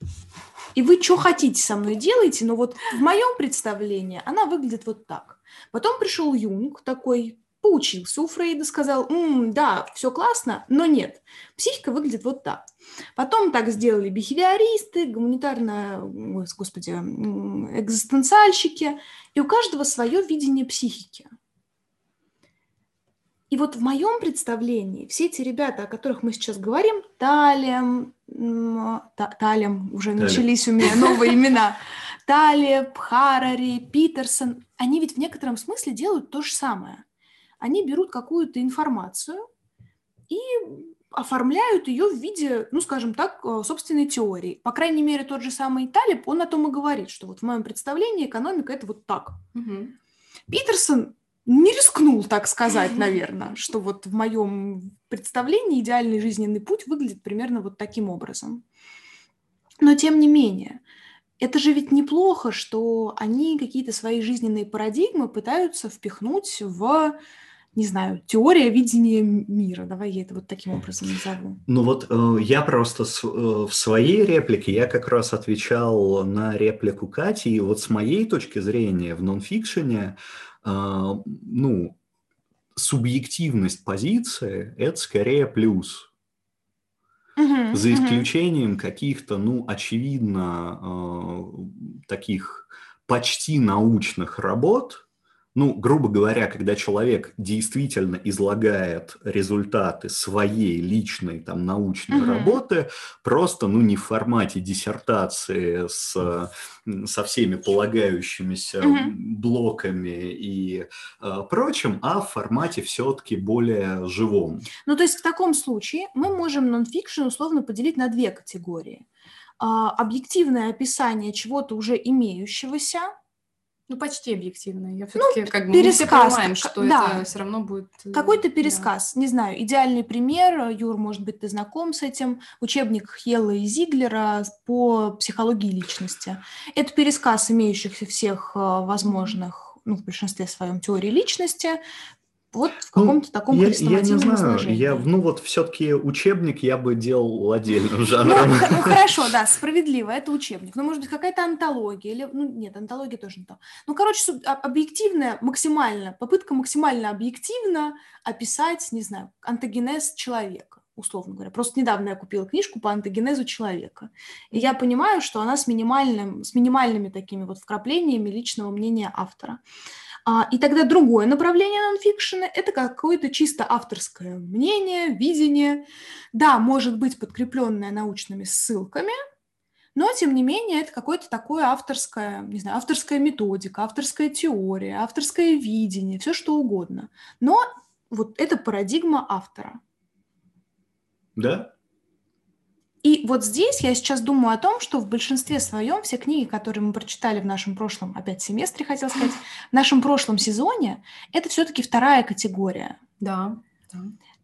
Speaker 1: И вы что хотите со мной делаете, но вот в моем представлении она выглядит вот так. Потом пришел Юнг такой, поучился у Фрейда, сказал, «М, да, все классно, но нет, психика выглядит вот так. Потом так сделали бихевиористы, гуманитарно, ой, господи, м, экзистенциальщики, и у каждого свое видение психики. И вот в моем представлении все эти ребята, о которых мы сейчас говорим, Талем, м, Та- Талем, уже
Speaker 3: Талеб.
Speaker 1: начались у меня новые имена, Талеб, Харари, Питерсон, они ведь в некотором смысле делают то же самое. Они берут какую-то информацию и оформляют ее в виде, ну, скажем так, собственной теории. По крайней мере, тот же самый Талеб, он о том и говорит, что вот в моем представлении экономика – это вот так.
Speaker 2: Угу.
Speaker 1: Питерсон не рискнул так сказать, наверное, что вот в моем представлении идеальный жизненный путь выглядит примерно вот таким образом. Но тем не менее, это же ведь неплохо, что они какие-то свои жизненные парадигмы пытаются впихнуть в, не знаю, теория видения мира. Давай я это вот таким образом назову.
Speaker 3: Ну вот э, я просто с, э, в своей реплике, я как раз отвечал на реплику Кати, и вот с моей точки зрения в нонфикшене, э, ну, субъективность позиции – это скорее плюс.
Speaker 1: Угу,
Speaker 3: За
Speaker 1: угу.
Speaker 3: исключением каких-то, ну, очевидно, э, таких почти научных работ. Ну, грубо говоря, когда человек действительно излагает результаты своей личной там научной
Speaker 1: Мгм.
Speaker 3: работы, просто, ну, не в формате диссертации с, со всеми полагающимися
Speaker 1: Мгм.
Speaker 3: блоками и э, прочим, а в формате все-таки более живом.
Speaker 1: Ну, то есть в таком случае мы можем нонфикшн условно поделить на две категории. А, объективное описание чего-то уже имеющегося,
Speaker 2: Ну, почти объективно. Я все-таки как бы мы все
Speaker 1: пересказ,
Speaker 2: понимаем,
Speaker 1: к-
Speaker 2: что
Speaker 1: да.
Speaker 2: это все равно будет... э,
Speaker 1: какой-то
Speaker 2: да.
Speaker 1: пересказ, не знаю, идеальный пример, Юр, может быть, ты знаком с этим, учебник Хьелла и Зиглера по психологии личности. Это пересказ имеющихся всех э, возможных, ну, в большинстве своем, теорий личности, вот в
Speaker 3: Ну,
Speaker 1: каком-то таком
Speaker 3: я, я не
Speaker 1: хрестоматийном
Speaker 3: знаю,
Speaker 1: изложении.
Speaker 3: я, ну вот все-таки учебник я бы делал отдельным
Speaker 1: Ну,
Speaker 3: жанром.
Speaker 1: х- ну, хорошо, да, справедливо, это учебник. Ну, может быть, какая-то антология, или, ну, нет, антология тоже не то. Ну, короче, суб- об- объективная, максимально, попытка максимально объективно описать, не знаю, антогенез человека, условно говоря. Просто недавно я купила книжку по антогенезу человека. И я понимаю, что она с минимальным, с минимальными такими вот вкраплениями личного мнения автора. А, и тогда другое направление нонфикшена – это какое-то чисто авторское мнение, видение. Да, может быть подкрепленное научными ссылками, но, тем не менее, это какое-то такое авторское, не знаю, авторская методика, авторская теория, авторское видение, все что угодно. Но вот это парадигма автора.
Speaker 3: Да?
Speaker 1: И вот здесь я сейчас думаю о том, что в большинстве своем все книги, которые мы прочитали в нашем прошлом, опять семестре, хотел сказать, в нашем прошлом сезоне, это все-таки вторая категория.
Speaker 2: Да, да.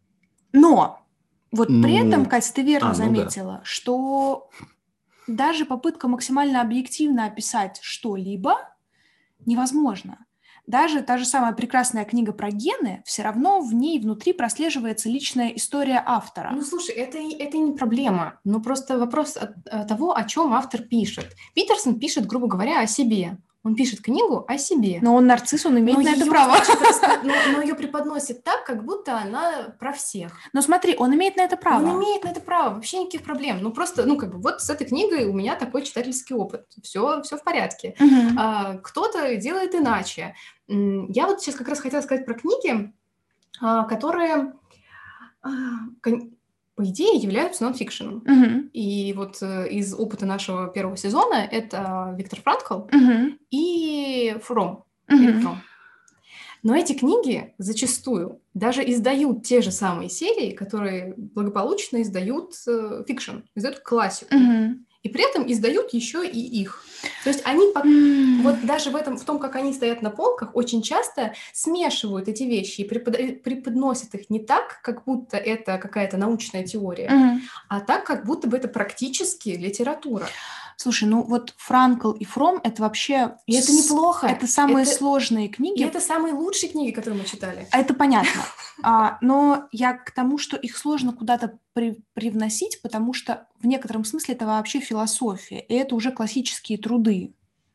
Speaker 1: Но вот при
Speaker 3: Ну,
Speaker 1: этом, Катя, ты верно
Speaker 3: а, ну да.
Speaker 1: заметила, что даже попытка максимально объективно описать что-либо невозможно. Даже та же самая прекрасная книга про гены, все равно в ней внутри прослеживается личная история автора.
Speaker 2: Ну, слушай, это, и- это не проблема. Ну, просто вопрос от, от того, о чем автор пишет. Питерсон пишет, грубо говоря, о себе. Он пишет книгу о себе.
Speaker 1: Но он нарцисс, он имеет
Speaker 2: Но
Speaker 1: на это
Speaker 2: её,
Speaker 1: право.
Speaker 2: значит, раска- но, но ее преподносит так, как будто она про всех.
Speaker 1: Но смотри, он имеет на это право.
Speaker 2: Он имеет на это право, вообще никаких проблем. Ну, просто, ну, как бы, вот с этой книгой у меня такой читательский опыт. Все, все в порядке.
Speaker 1: Мгм.
Speaker 2: А, кто-то делает иначе. М, Я вот сейчас как раз хотела сказать про книги, а, которые, а, кон- по идее, являются нонфикшеном.
Speaker 1: Мгм.
Speaker 2: И вот э, из опыта нашего первого сезона это Виктор Франкл
Speaker 1: Мгм.
Speaker 2: и Фром. Эрик
Speaker 1: Мгм.
Speaker 2: Фром. Но эти книги зачастую даже издают те же самые серии, которые благополучно издают э, фикшн, издают классику.
Speaker 1: Мгм.
Speaker 2: И при этом издают еще и их. То есть они пок-
Speaker 1: М.
Speaker 2: вот даже в этом, в том, как они стоят на полках, очень часто смешивают эти вещи и препода- преподносят их не так, как будто это какая-то научная теория,
Speaker 1: Мгм.
Speaker 2: а так, как будто бы это практически литература.
Speaker 1: Слушай, ну вот Франкл и Фром – это вообще…
Speaker 2: И это
Speaker 1: с-
Speaker 2: неплохо.
Speaker 1: Это самые
Speaker 2: Это-
Speaker 1: сложные
Speaker 2: И
Speaker 1: книги.
Speaker 2: это самые лучшие книги, которые мы читали.
Speaker 1: А это понятно. А, но я к тому, что их сложно куда-то при- привносить, потому что в некотором смысле это вообще философия, и это уже классические труды.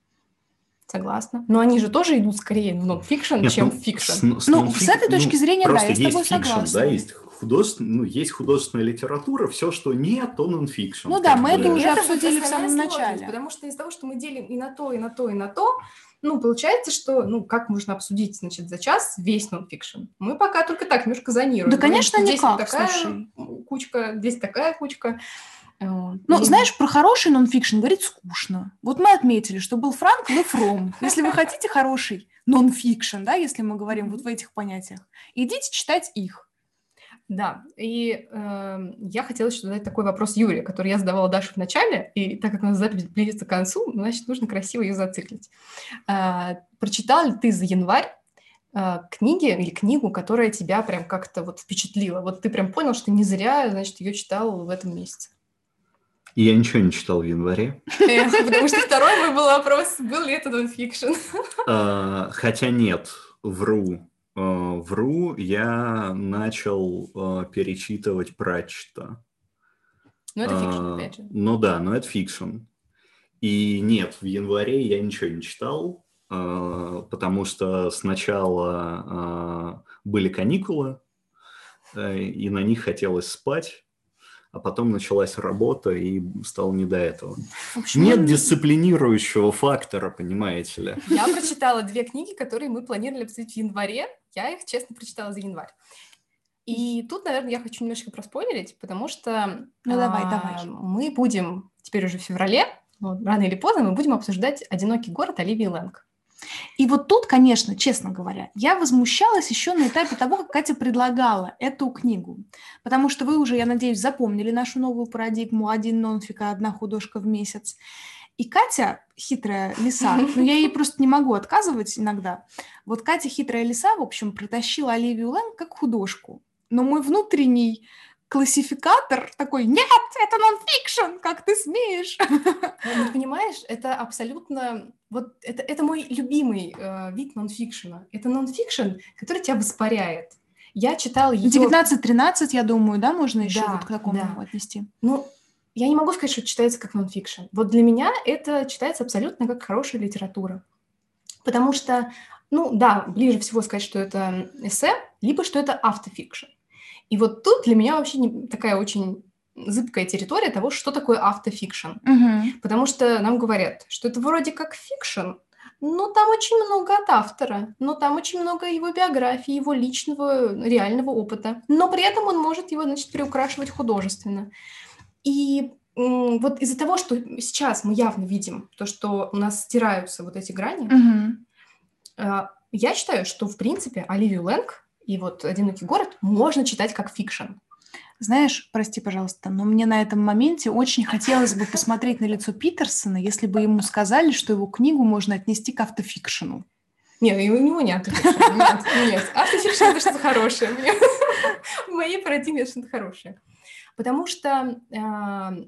Speaker 2: Согласна. Но они же тоже идут скорее в нон-фикшн,
Speaker 3: Нет,
Speaker 2: чем
Speaker 3: ну,
Speaker 2: в фикшн.
Speaker 3: с, с
Speaker 1: Ну,
Speaker 3: нонфик-
Speaker 1: с этой точки
Speaker 3: ну,
Speaker 1: зрения, да,
Speaker 3: просто
Speaker 1: я с
Speaker 3: есть
Speaker 1: тобой
Speaker 3: фикшн,
Speaker 1: согласна.
Speaker 3: да, есть художественная, ну, есть художественная литература, все, что нет, то нонфикшн.
Speaker 1: Ну да,
Speaker 3: как
Speaker 1: мы
Speaker 3: бы.
Speaker 1: это уже
Speaker 2: Это
Speaker 1: обсудили
Speaker 2: вот
Speaker 1: в самом
Speaker 2: основная сложность,
Speaker 1: начале.
Speaker 2: потому что из-за того, что мы делим и на то, и на то, и на то, ну, получается, что, ну, как можно обсудить, значит, за час весь нон-фикшн? Мы пока только так немножко зонируем.
Speaker 1: Да,
Speaker 2: Говорим,
Speaker 1: конечно,
Speaker 2: что здесь вот
Speaker 1: никак,
Speaker 2: такая
Speaker 1: слушай.
Speaker 2: кучка, здесь такая кучка. Вот.
Speaker 1: Ну,
Speaker 2: И-
Speaker 1: знаешь, про хороший нонфикшн говорить скучно. Вот мы отметили, что был Франкл и Фром. Если вы хотите хороший нонфикшн, да, если мы говорим
Speaker 2: Мгм.
Speaker 1: вот в этих понятиях, идите читать их.
Speaker 2: Да, и э, я хотела еще задать такой вопрос Юре, который я задавала Даше в начале, и так как у нас запись близится к концу, значит, нужно красиво ее зациклить. Э, прочитала ли ты за январь э, книги или книгу, которая тебя прям как-то вот впечатлила? Вот ты прям понял, что не зря, значит, ее читал в этом месяце.
Speaker 3: И я ничего не читал в январе.
Speaker 2: Эх, потому что второй мой был вопрос, был ли это нонфикшн?
Speaker 3: А, Хотя нет, вру. А, Вру, я начал а, перечитывать Пратчета.
Speaker 2: Ну, это фикшн,
Speaker 3: А,
Speaker 2: опять же.
Speaker 3: Ну да, но это фикшн. И нет, в январе я ничего не читал, а, потому что сначала а, были каникулы, а, и на них хотелось спать, а потом началась работа, и стало не до этого.
Speaker 1: В общем,
Speaker 3: Нет
Speaker 1: он-
Speaker 3: дисциплинирующего фактора, понимаете ли.
Speaker 2: Я прочитала две книги, которые мы планировали обсудить в январе. Я их, честно, прочитала за январь. И тут, наверное, я хочу немножко проспойлерить, потому что
Speaker 1: Ну, давай,
Speaker 2: а,
Speaker 1: давай.
Speaker 2: мы будем теперь уже в феврале, ну, рано или поздно, мы будем обсуждать «Одинокий город» Оливии Лэнг.
Speaker 1: И вот тут, конечно, честно говоря, я возмущалась еще на этапе того, как Катя предлагала эту книгу. Потому что вы уже, я надеюсь, запомнили нашу новую парадигму «один нонфик, а одна художка в месяц». И Катя, хитрая лиса, ну я ей просто не могу отказывать иногда, вот Катя, хитрая лиса, в общем, протащила Оливию Лэнг как художку. Но мой внутренний классификатор такой: нет, это нонфикшн, как ты смеешь?
Speaker 2: Ну, понимаешь, это абсолютно... Вот это, это мой любимый э, вид нонфикшена. Это нонфикшн, который тебя воспаряет. Я читала ее...
Speaker 1: девятнадцать тринадцать, я думаю, да, можно еще
Speaker 2: Да,
Speaker 1: вот к такому
Speaker 2: да.
Speaker 1: отнести?
Speaker 2: Ну, я не могу сказать, что это читается как нонфикшн. Вот для меня это читается абсолютно как хорошая литература. Потому что, ну да, ближе всего сказать, что это эссе, либо что это автофикшн. И вот тут для меня вообще не, такая очень зыбкая территория того, что такое автофикшн.
Speaker 1: Угу.
Speaker 2: Потому что нам говорят, что это вроде как фикшн, но там очень много от автора, но там очень много его биографии, его личного, реального опыта. Но при этом он может его, значит, приукрашивать художественно. И м, вот из-за того, что сейчас мы явно видим, то, что у нас стираются вот эти грани,
Speaker 1: Угу.
Speaker 2: э, я считаю, что, в принципе, Оливию Лэнг и вот «Одинокий город» можно читать как фикшн.
Speaker 1: Знаешь, прости, пожалуйста, но мне на этом моменте очень хотелось бы посмотреть на лицо Питерсона, если бы ему сказали, что его книгу можно отнести к автофикшену.
Speaker 2: Нет, и у него не автофикшн. Нет, нет. Автофикшн — это что-то хорошее. Мне- В моей парадигме это что-то хорошее. Потому что э,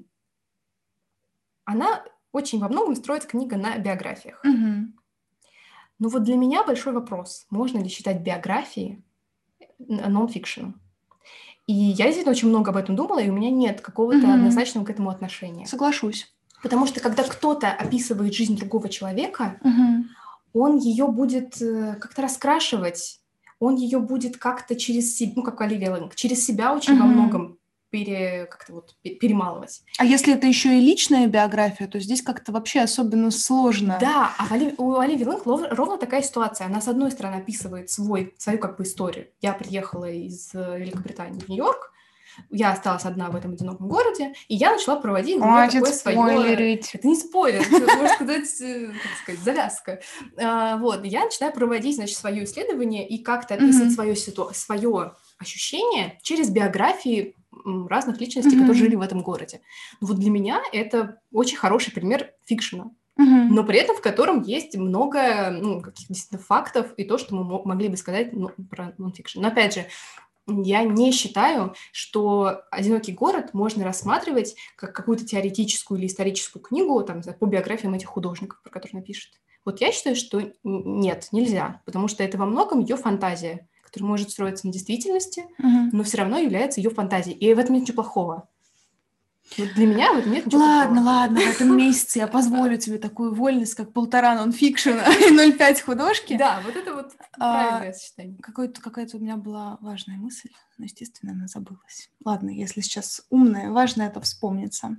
Speaker 2: она очень во многом строит книга на биографиях.
Speaker 1: Угу.
Speaker 2: Но вот для меня большой вопрос, можно ли считать биографии нон-фикшеном. И я действительно очень много об этом думала, и у меня нет какого-то
Speaker 1: Мгм.
Speaker 2: однозначного к этому отношения.
Speaker 1: Соглашусь.
Speaker 2: Потому что когда кто-то описывает жизнь другого человека,
Speaker 1: Угу.
Speaker 2: он ее будет э, как-то раскрашивать, он ее будет как-то через себя, ну, как Оливия Лэнг, через себя очень во
Speaker 1: Мгм.
Speaker 2: многом пере, как-то вот пе- перемалывать.
Speaker 1: А если это еще и личная биография, то здесь как-то вообще особенно сложно.
Speaker 2: Да, а в Оли- у Оливии Лэнг лов- ровно такая ситуация. Она, с одной стороны, описывает свой, свою как бы историю. Я приехала из э, Великобритании в Нью-Йорк, я осталась одна в этом одиноком городе, и я начала проводить для неё
Speaker 1: Хватит
Speaker 2: такое свое...
Speaker 1: спойлерить.
Speaker 2: Это не спойлер, это, можно сказать, э, как сказать, завязка. А, вот, я начинаю проводить, значит, свое исследование и как-то описывать
Speaker 1: Мгм.
Speaker 2: свое, ситу... свое ощущение через биографии м, разных личностей,
Speaker 1: Мгм.
Speaker 2: которые жили в этом городе. Ну, вот для меня это очень хороший пример фикшена,
Speaker 1: Мгм.
Speaker 2: но при этом в котором есть много, ну, каких-то действительно фактов и то, что мы мо- могли бы сказать, ну, про нонфикшн. Но опять же, я не считаю, что «Одинокий город» можно рассматривать как какую-то теоретическую или историческую книгу там, не знаю, по биографиям этих художников, про которые она пишет. Вот я считаю, что н- нет, нельзя, потому что это во многом ее фантазия, которая может строиться на действительности,
Speaker 1: Мгм.
Speaker 2: но все равно является ее фантазией. И в этом нет ничего плохого. Вот для меня в этом нет ничего
Speaker 1: Ладно,
Speaker 2: плохого.
Speaker 1: ладно, в этом месяце я позволю тебе такую вольность, как полтора нонфикшена и ноль целых пять художки.
Speaker 2: Да, вот это вот
Speaker 1: А,
Speaker 2: правильное сочетание.
Speaker 1: Какой-то, какая-то у меня была важная мысль, но, естественно, она забылась. Ладно, если сейчас умная, важно это вспомнится.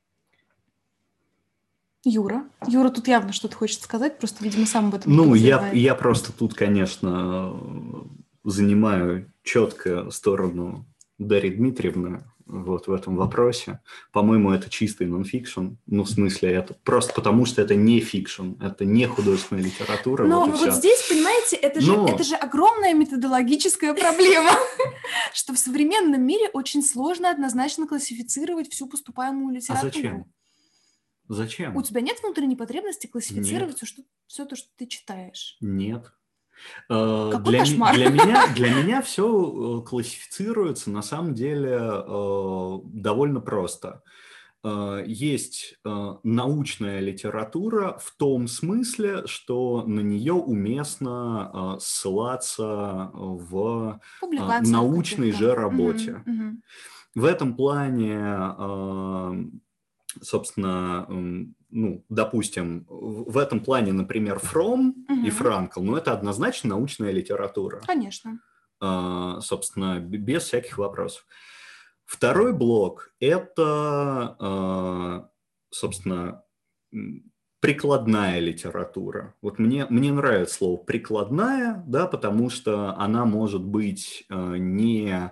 Speaker 1: Юра. Юра тут явно что-то хочет сказать, просто, видимо, сам об этом
Speaker 3: Ну, я,
Speaker 1: подозревает.
Speaker 3: я просто тут, конечно, занимаю четко сторону Дарьи Дмитриевны. вот в этом вопросе. По-моему, это чистый нон-фикшн. Ну, в смысле, это просто потому, что это не фикшн, это не художественная литература.
Speaker 1: Но
Speaker 3: вот, и
Speaker 1: вот
Speaker 3: все.
Speaker 1: здесь, понимаете, это же,
Speaker 3: Но-
Speaker 1: это же огромная методологическая проблема, что в современном мире очень сложно однозначно классифицировать всю поступаемую
Speaker 3: А
Speaker 1: литературу.
Speaker 3: зачем? Зачем?
Speaker 1: У тебя нет внутренней потребности классифицировать
Speaker 3: Нет.
Speaker 1: все, что, все то, что ты читаешь?
Speaker 3: Нет. Э,
Speaker 1: Какой
Speaker 3: Для, ми-
Speaker 1: кошмар.
Speaker 3: для меня, для меня все классифицируется на самом деле э, довольно просто. Э, Есть э, научная литература в том смысле, что на нее уместно э, ссылаться в э,
Speaker 1: Публикациях
Speaker 3: научной
Speaker 1: каких-то.
Speaker 3: же работе.
Speaker 1: Мгм, мгм.
Speaker 3: В этом плане, э, собственно, м, ну, допустим, в в этом плане, например, Фром и
Speaker 1: Мгм.
Speaker 3: Франкл, ну, это однозначно научная литература,
Speaker 1: Конечно.
Speaker 3: э, собственно, б- без всяких вопросов. Второй блок – это, э, собственно, м, прикладная литература. Вот мне, мне нравится слово «прикладная», да, потому что она может быть э, не, э,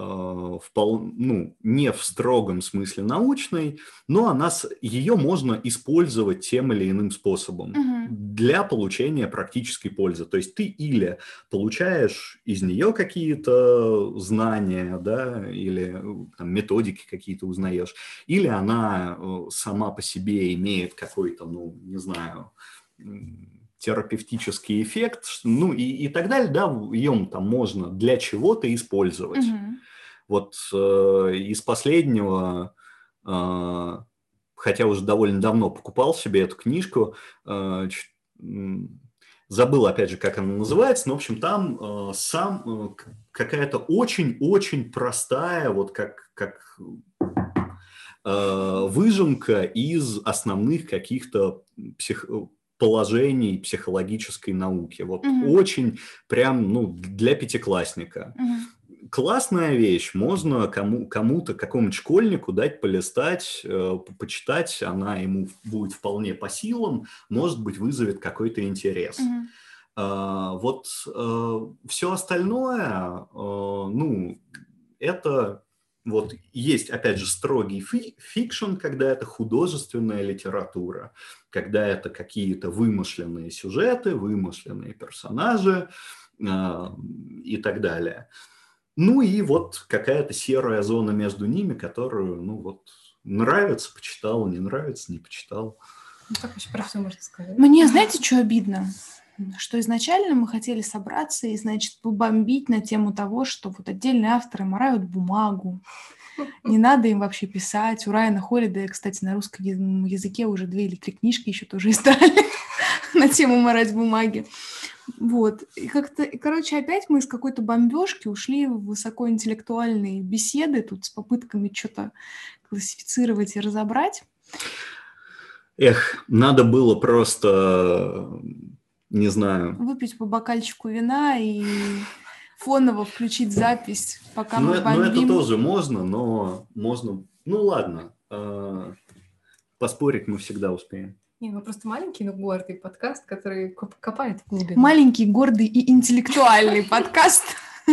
Speaker 3: в пол- ну, не в строгом смысле научной, но она, с- ее можно использовать тем или иным способом
Speaker 1: Мгм.
Speaker 3: для получения практической пользы. То есть ты или получаешь из нее какие-то знания, да, или э, там, методики какие-то узнаешь, или она э, сама по себе имеет какой-то, ну, не знаю, м, терапевтический эффект, ш- ну и, и так далее, да, ее там можно для чего-то использовать.
Speaker 1: Мгм.
Speaker 3: Вот э, из последнего, э, хотя уже довольно давно покупал себе эту книжку, э, ч- м, забыл, опять же, как она называется, но, в общем, там э, сам э, к- какая-то очень-очень простая, вот как, как э, выжимка из основных каких-то псих- положений психологической науки. Вот
Speaker 1: Мгм.
Speaker 3: очень прям, ну, для пятиклассника.
Speaker 1: Мгм.
Speaker 3: Классная вещь, можно кому, кому-то, какому-нибудь школьнику дать полистать, э, по- почитать, она ему будет вполне по силам, может быть, вызовет какой-то интерес.
Speaker 1: Мгм.
Speaker 3: А, вот все остальное, э, ну, это вот есть, опять же, строгий фи- фикшн, когда это художественная литература, когда это какие-то вымышленные сюжеты, вымышленные персонажи э, и так далее. Ну и вот какая-то серая зона между ними, которую, ну вот, нравится, почитал, не нравится, не почитал.
Speaker 2: Ну, так вообще про все можно сказать.
Speaker 1: Мне, знаете, что обидно? Что изначально мы хотели собраться и, значит, побомбить на тему того, что вот отдельные авторы морают бумагу, не надо им вообще писать. У Райана Холлидея, кстати, на русском я- языке уже две или три книжки еще тоже издали на тему морать бумаги. Вот. И как-то, и, короче, опять мы из какой-то бомбежки ушли в высокоинтеллектуальные беседы тут с попытками что-то классифицировать и разобрать.
Speaker 3: Эх, надо было просто, не знаю.
Speaker 1: Выпить по бокальчику вина и фоново включить запись, пока
Speaker 3: Ну,
Speaker 1: мы
Speaker 3: это, ну, это
Speaker 1: бомбим.
Speaker 3: тоже можно, но можно... Ну, ладно. э, Поспорить мы всегда успеем.
Speaker 2: Не, ну просто маленький, но гордый подкаст, который коп- копает в глубину.
Speaker 1: Маленький, гордый и интеллектуальный подкаст.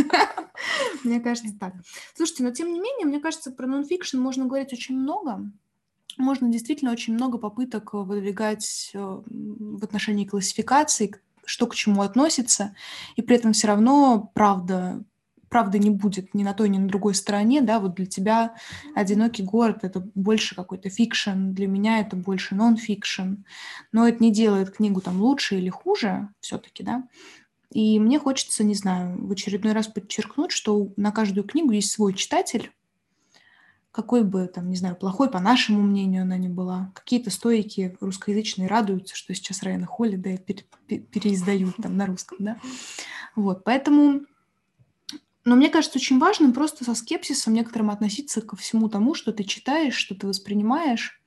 Speaker 1: Мне кажется, так. Слушайте, но тем не менее, мне кажется, про нонфикшн можно говорить очень много. Можно действительно очень много попыток выдвигать э, в отношении классификации, что к чему относится, и при этом все равно правда, правды не будет ни на той, ни на другой стороне, да, вот для тебя «Одинокий город» — это больше какой-то фикшн, для меня это больше нон-фикшн, но это не делает книгу там лучше или хуже все-таки, да, и мне хочется, не знаю, в очередной раз подчеркнуть, что на каждую книгу есть свой читатель, какой бы, там, не знаю, плохой, по нашему мнению, она ни была. Какие-то стоики русскоязычные радуются, что сейчас Райана Холлидея пере- пе- переиздают там на русском, да. Вот, поэтому... Но мне кажется очень важным просто со скепсисом некоторым относиться ко всему тому, что ты читаешь, что ты воспринимаешь,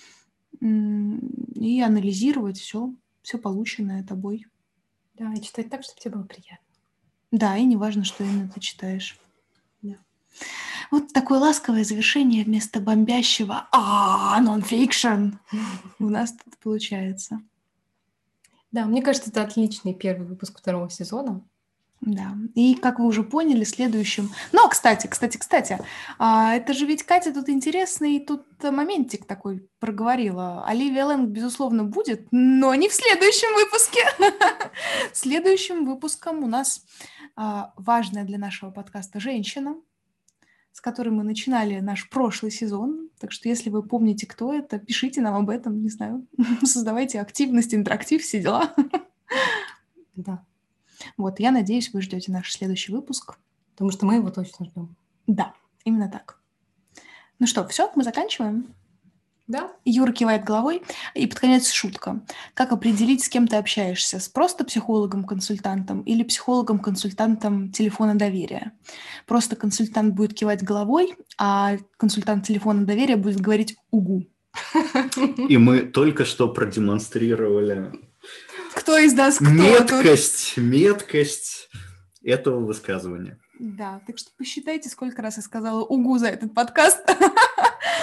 Speaker 1: м, и анализировать все, все полученное тобой.
Speaker 2: Да, и читать так, чтобы тебе было приятно.
Speaker 1: Да, и не важно, что именно ты читаешь.
Speaker 2: Да.
Speaker 1: Вот такое ласковое завершение вместо бомбящего «А, нон-фикшн» у нас тут получается.
Speaker 2: Да, мне кажется, это отличный первый выпуск второго сезона.
Speaker 1: Да, и как вы уже поняли, следующим... Но, кстати, кстати, кстати, а, это же ведь Катя тут интересный тут моментик такой проговорила. Оливия Лэнг, безусловно, будет, но не в следующем выпуске. Следующим выпуском у нас а, важная для нашего подкаста женщина, с которой мы начинали наш прошлый сезон. Так что, если вы помните, кто это, пишите нам об этом, не знаю, создавайте активность, интерактив, все дела.
Speaker 2: Да.
Speaker 1: Вот, я надеюсь, вы ждете наш следующий выпуск.
Speaker 2: Потому что мы его точно ждем.
Speaker 1: Да, именно так. Ну что, все, мы заканчиваем?
Speaker 2: Да.
Speaker 1: Юра кивает головой. И под конец шутка. Как определить, с кем ты общаешься? С просто психологом-консультантом или психологом-консультантом телефона доверия? Просто консультант будет кивать головой, а консультант телефона доверия будет говорить «угу».
Speaker 3: И мы только что продемонстрировали
Speaker 1: Кто из нас кто?
Speaker 3: меткость, меткость этого высказывания.
Speaker 1: Да, так что посчитайте, сколько раз я сказала «угу» за этот подкаст.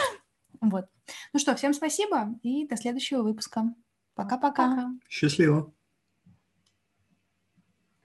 Speaker 1: Вот. Ну что, всем спасибо и до следующего выпуска. Пока-пока.
Speaker 3: Счастливо.